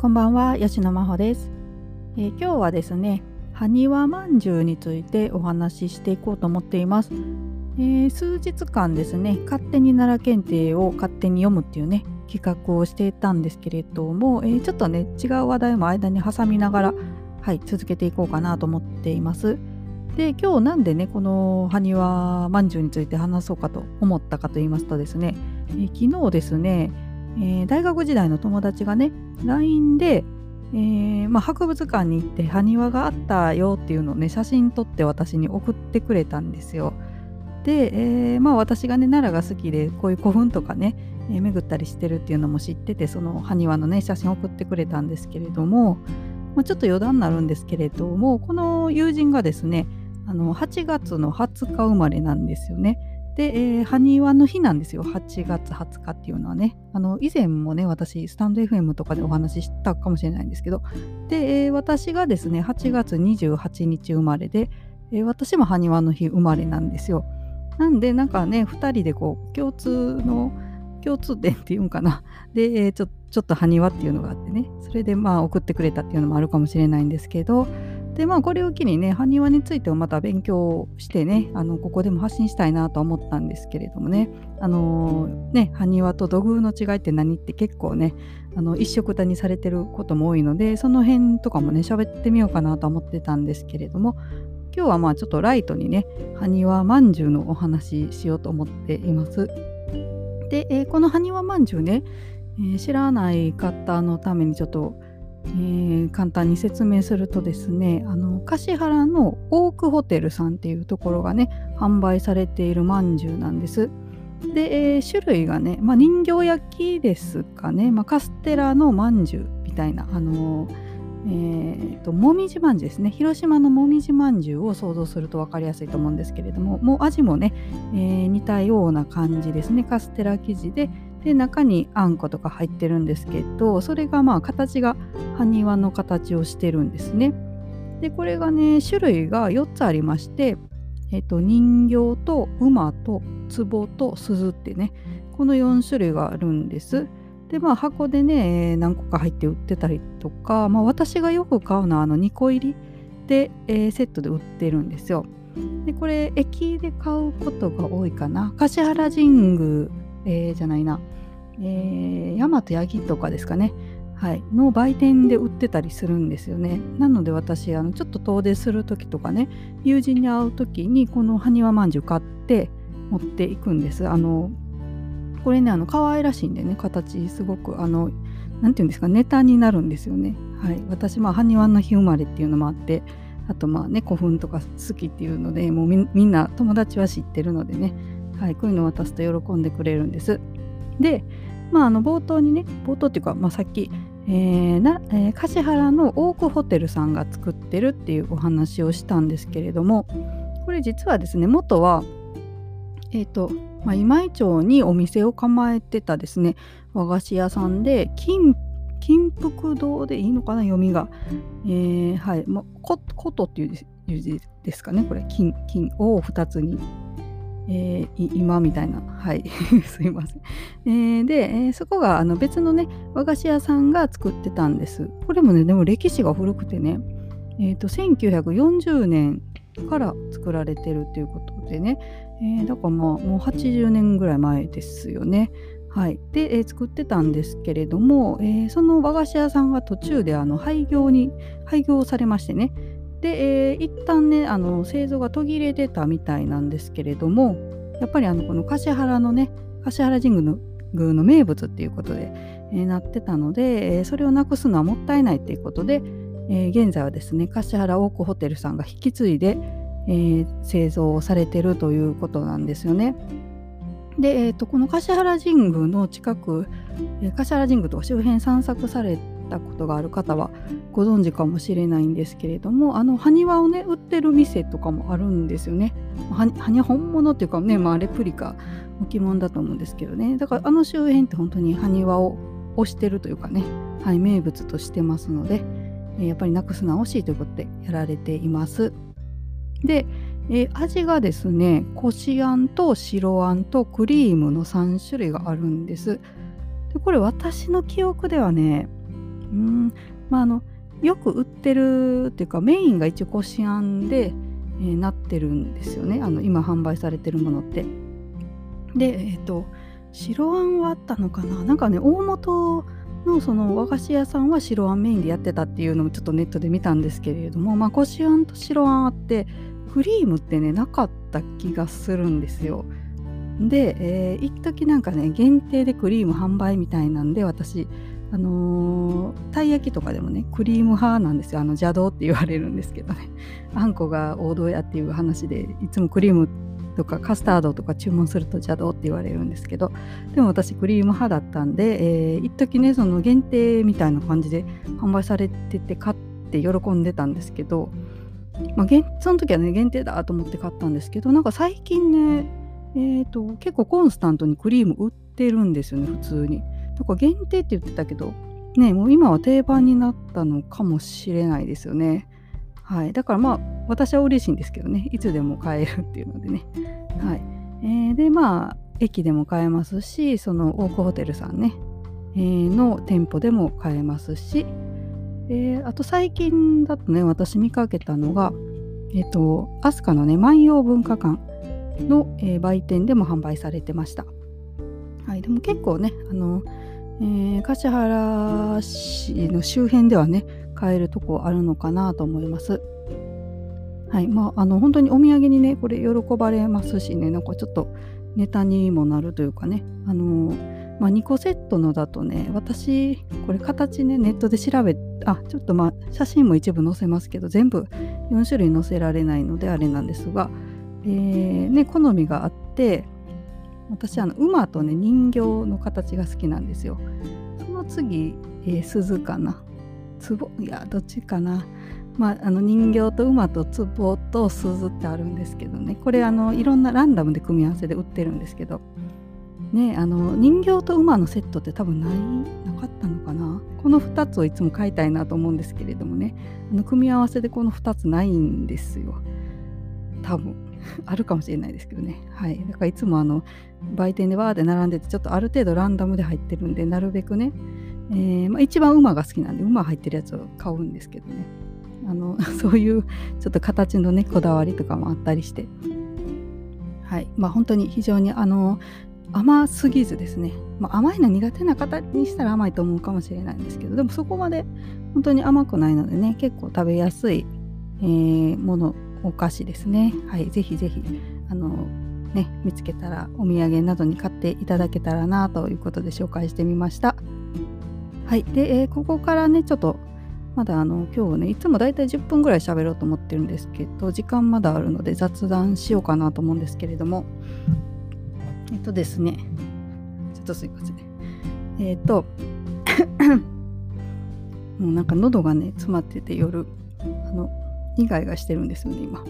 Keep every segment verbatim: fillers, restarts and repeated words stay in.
こんばんは、吉野真帆です。えー今日はですね、埴輪まんじゅうについてお話ししていこうと思っています。えー数日間ですね、勝手に奈良検定を勝手に読むっていうね、企画をしていたんですけれども、えーちょっとね、違う話題も間に挟みながら、はい、続けていこうかなと思っています。で、今日なんでね、この埴輪まんじゅうについて話そうかと思ったかと言いますとですね、えー昨日ですね、えー大学時代の友達がね、ライン で、えーまあ、博物館に行って埴輪があったよっていうのをね、写真撮って私に送ってくれたんですよ。で、えーまあ、私がね奈良が好きでこういう古墳とかね、えー巡ったりしてるっていうのも知ってて、その埴輪のね写真を送ってくれたんですけれども、まあ、ちょっと余談になるんですけれども、この友人がですね、あのはちがつのはつか生まれなんですよね。で、えー、埴輪の日なんですよ。はちがつはつかっていうのはね、あの以前もね、私スタンド エフエム とかでお話ししたかもしれないんですけど、で、えー私がですねはちがつにじゅうはちにち生まれで、えー私も埴輪の日生まれなんですよ。なんでなんかね、ふたりでこう共通の共通点っていうんかな、で、えーちょちょっと埴輪っていうのがあってね、それでまあ送ってくれたっていうのもあるかもしれないんですけど、でまあこれを機にね、埴輪についてもまた勉強してね、あのここでも発信したいなと思ったんですけれどもね、あのーね、埴輪と土偶の違いって何って結構ね、あの一緒くたにされてることも多いので、その辺とかもね喋ってみようかなと思ってたんですけれども、今日はまあちょっとライトにね、埴輪まんじゅうのお話ししようと思っています。で、えーこの埴輪まんじゅうね、えー知らない方のためにちょっと、えー簡単に説明するとですね、あの橿原のオークホテルさんっていうところがね販売されているまんじゅうなんです。で、えー種類がね、まあ、人形焼きですかね、まあ、カステラのまんじゅうみたいな、あのーえーともみじまんじゅうですね、広島のもみじまんじゅうを想像すると分かりやすいと思うんですけれども、もう味もね、えー似たような感じですね。カステラ生地で、で中にあんことか入ってるんですけど、それがまあ形が埴輪の形をしてるんですね。でこれがね、種類がよっつありまして、えっと人形と馬と壺と鈴ってね、このよんしゅるいがあるんです。でまあ箱でね、えー何個か入って売ってたりとか、まあ、私がよく買うのはあのにこ入りで、えーセットで売ってるんですよ。でこれ駅で買うことが多いかな。橿原神宮、えーじゃないな、えー、大和八木とかですかね、はい、の売店で売ってたりするんですよね。なので私、あのちょっと遠出する時とかね、友人に会う時にこの埴輪まんじゅう買って持っていくんです。あのこれね、あの可愛らしいんでね、形すごくあのなんていうんですか、ネタになるんですよね。はい、私まあ埴輪の日生まれっていうのもあって、あとまあね、古墳とか好きっていうので、もうみみんな友達は知ってるのでね、はい、こういうのを渡すと喜んでくれるんです。で、まあ、あの冒頭にね、冒頭っていうか、まあ、さっき、えーなえー橿原のオークホテルさんが作ってるっていうお話をしたんですけれども、これ実はですね、元は、えーとまあ、今井町にお店を構えてたですね、和菓子屋さんで、金金福堂でいいのかな、読みが。えーはい、まあ、こことっていう字ですかね、これ、金、金をふたつに。えーい今みたいな、はいすいません、えーで、えーそこがあの別のね和菓子屋さんが作ってたんです。これもね、でも歴史が古くてね、えーとせんきゅうひゃくよんじゅうねんから作られてるっていうことでね、えーだからまあもうはちじゅうねんぐらい前ですよね。はい、で、えー作ってたんですけれども、えーその和菓子屋さんが途中であの廃業に廃業されましてね、で、えー一旦ね、あの製造が途切れてたみたいなんですけれども、やっぱりあのこの橿原のね、橿原神宮の宮の名物っていうことで、えーなってたので、えーそれをなくすのはもったいないっていうことで、えー現在はですね、橿原オークホテルさんが引き継いで、えー製造をされてるということなんですよね。で、えーとこの橿原神宮の近く、えー橿原神宮とか周辺散策されたことがある方はご存知かもしれないんですけれども、あの埴輪をね売ってる店とかもあるんですよね。は埴輪本物っていうかね、まあ、レプリカ置物だと思うんですけどね、だからあの周辺って本当に埴輪を推してるというかね、はい、名物としてますので、えーやっぱりなくすのは惜しいということでやられています。で、えー味がですね、こしあんと白あんとクリームのさんしゅるいがあるんです。でこれ私の記憶ではね、 ーんまああのよく売ってるっていうか、メインが一応こしあんで、えーなってるんですよね、あの今販売されてるものって。でえっ、と白あんはあったのかな、なんかね大元のその和菓子屋さんは白あんメインでやってたっていうのもちょっとネットで見たんですけれども、まあこしあんと白あんあってクリームってねなかった気がするんですよ。で、えー、一時なんかね限定でクリーム販売みたいなんで、私あのーたい焼きとかでもねクリーム派なんですよ。あの邪道って言われるんですけどね、あんこが王道やっていう話で、いつもクリームとかカスタードとか注文すると邪道って言われるんですけど、でも私クリーム派だったんで、えー、一時ねその限定みたいな感じで販売されてて買って喜んでたんですけど、まあ、その時はね限定だと思って買ったんですけど、なんか最近ねえーと結構コンスタントにクリーム売ってるんですよね、普通に。だから限定って言ってたけどね、もう今は定番になったのかもしれないですよね。はい、だからまあ私は嬉しいんですけどね、いつでも買えるっていうのでね。はい、えーでまあ駅でも買えますし、そのオークホテルさんね、えーの店舗でも買えますし、えーあと最近だとね私見かけたのが、えっ、と飛鳥のね万葉文化館の、えー売店でも販売されてました。はい、でも結構ねあの、えー橿原市の周辺ではね買えるとこあるのかなと思います。はい、まああの本当にお土産にねこれ喜ばれますしね、なんかちょっとネタにもなるというかね、あのまあ、にこセットのだとね、私これ形ねネットで調べあちょっとまあ写真も一部載せますけど、全部よん種類載せられないのであれなんですが、えーね、好みがあって、私あの馬とね人形の形が好きなんですよ。その次、えー、鈴かな壺、いやどっちかな、まあ、あの人形と馬と壺と鈴ってあるんですけどね、これあのいろんなランダムで組み合わせで売ってるんですけどね、あの人形と馬のセットって多分ないなかったのかな。このふたつをいつも買いたいなと思うんですけれどもね、あの組み合わせでこのふたつないんですよ、多分あるかもしれないですけどね。はい、だからいつもあの売店でわーって並んでて、ちょっとある程度ランダムで入ってるんで、なるべくね、えーまあ、一番馬が好きなんで馬入ってるやつを買うんですけどね、あのそういうちょっと形のねこだわりとかもあったりして、はい、まあ本当に非常にあの甘すぎずですね、まあ、甘いの苦手な方にしたら甘いと思うかもしれないんですけど、でもそこまで本当に甘くないのでね、結構食べやすい、えーものお菓子ですね。はい、ぜひぜひあのね見つけたらお土産などに買っていただけたらなということで紹介してみました。はい、で、えーここからねちょっとまだあの今日ねいつもだいたいじゅっぷんぐらい喋ろうと思ってるんですけど、時間まだあるので雑談しようかなと思うんですけれども、えっとですねちょっとすいませんえっともうなんか喉がね詰まってて、夜あのイガイガしてるんですよね今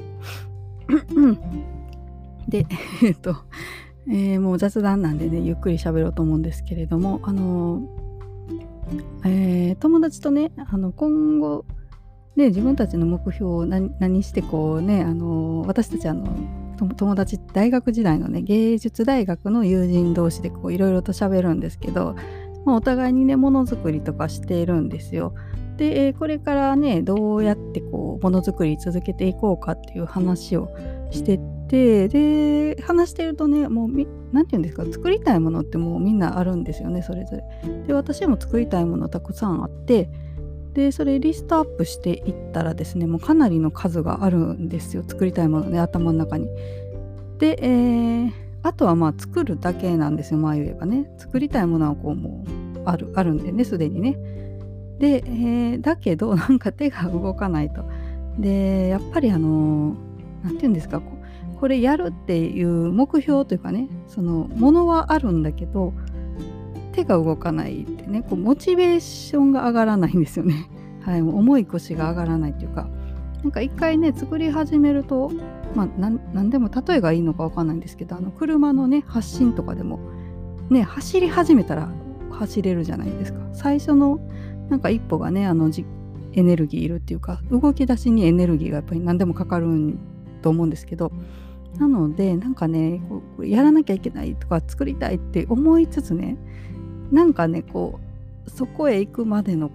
でえっと、えーもう雑談なんでねゆっくり喋ろうと思うんですけれども、あのえー友達とねあの今後ね自分たちの目標を 何, 何してこうね、あの私たちあの友達大学時代のね芸術大学の友人同士でこういろいろと喋るんですけど、まあ、お互いにねものづくりとかしているんですよ。で、えーこれからねどうやってこうものづくり続けていこうかっていう話をしてて、で話してるとねもうみなんていうんですか、作りたいものってもうみんなあるんですよね、それぞれ。で私も作りたいものたくさんあって、でそれリストアップしていったらですね、もうかなりの数があるんですよ、作りたいものね頭の中に。で、えーあとはまあ作るだけなんですよ、まあ言えばね。作りたいものはこうもうあるあるんでね、すでにね。で、えーだけどなんか手が動かないと。でやっぱりあのなんて言うんですか、ここれやるっていう目標というかね、そのものはあるんだけど手が動かないってね、こうモチベーションが上がらないんですよね。はい、もう重い腰が上がらないっていうか、なんか一回ね作り始めると、まあなんなんでも例えがいいのかわかんないんですけど、あの車のね発進とかでもね走り始めたら走れるじゃないですか。最初のなんか一歩がねあのじエネルギーいるっていうか、動き出しにエネルギーがやっぱり何でもかかると思うんですけど、なのでなんかねこうやらなきゃいけないとか作りたいって思いつつね、なんかねこうそこへ行くまでのこの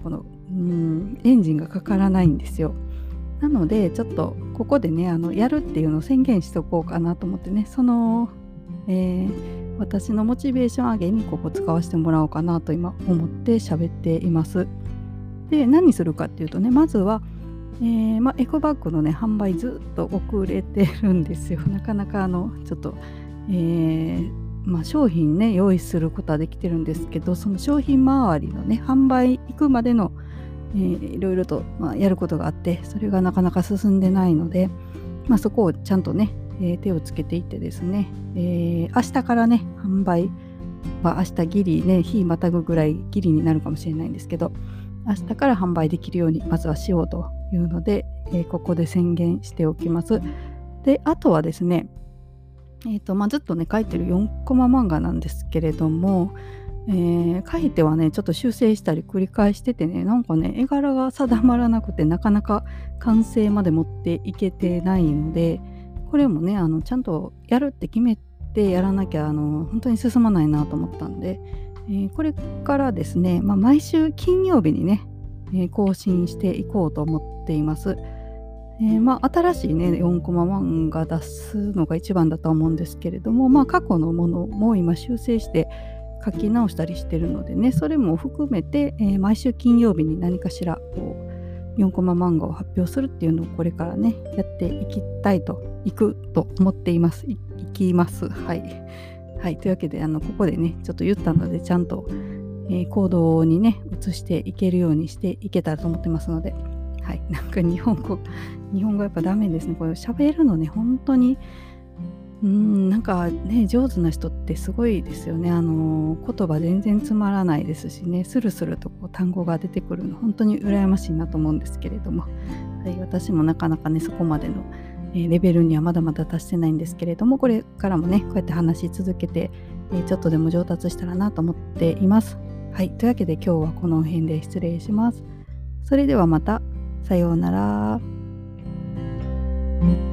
んエンジンがかからないんですよ。なのでちょっとここでねあのやるっていうのを宣言しておこうかなと思ってね、その、えー私のモチベーション上げにここ使わせてもらおうかなと今思って喋っています。で何するかっていうとね、まずは、えーまあ、エコバッグのね販売ずっと遅れてるんですよ。なかなかあのちょっと、えーまあ、商品ね用意することはできてるんですけど、その商品周りのね販売行くまでの、えーいろいろと、まあ、やることがあって、それがなかなか進んでないので、まあ、そこをちゃんとね、えー手をつけていってですね、えー明日からね販売は明日ギリね日またぐぐらいギリになるかもしれないんですけど、明日から販売できるようにまずはしようというので、えーここで宣言しておきます。であとはですね、えーとまあ、ずっとね書いてるよんコマ漫画なんですけれども、えー書いてはねちょっと修正したり繰り返しててね、なんかね絵柄が定まらなくてなかなか完成まで持っていけてないので、これもねあのちゃんとやるって決めてやらなきゃあの本当に進まないなと思ったんで、えーこれからですね、まあ、毎週金曜日にね、えー更新していこうと思っています。えーまあ、新しいねよんコマ漫画出すのが一番だとは思うんですけれども、まあ、過去のものも今修正して書き直したりしてるのでね、それも含めて、えー毎週金曜日に何かしらこうよんコマ漫画を発表するっていうのをこれからねやっていきたいといくと思っています。い、いきますはい、はい、というわけであのここでねちょっと言ったのでちゃんと、えー行動にね移していけるようにしていけたらと思ってますので、はい、なんか日本語日本語やっぱダメですね。これ喋るのね本当にうーんなんかね上手な人ってすごいですよね。あの言葉全然つまらないですしね、スルスルとこう単語が出てくるの本当に羨ましいなと思うんですけれども、はい、私もなかなかねそこまでの、えーレベルにはまだまだ達してないんですけれども、これからもねこうやって話し続けて、えーちょっとでも上達したらなと思っています。はい、というわけで今日はこの辺で失礼します。それではまた。さようなら。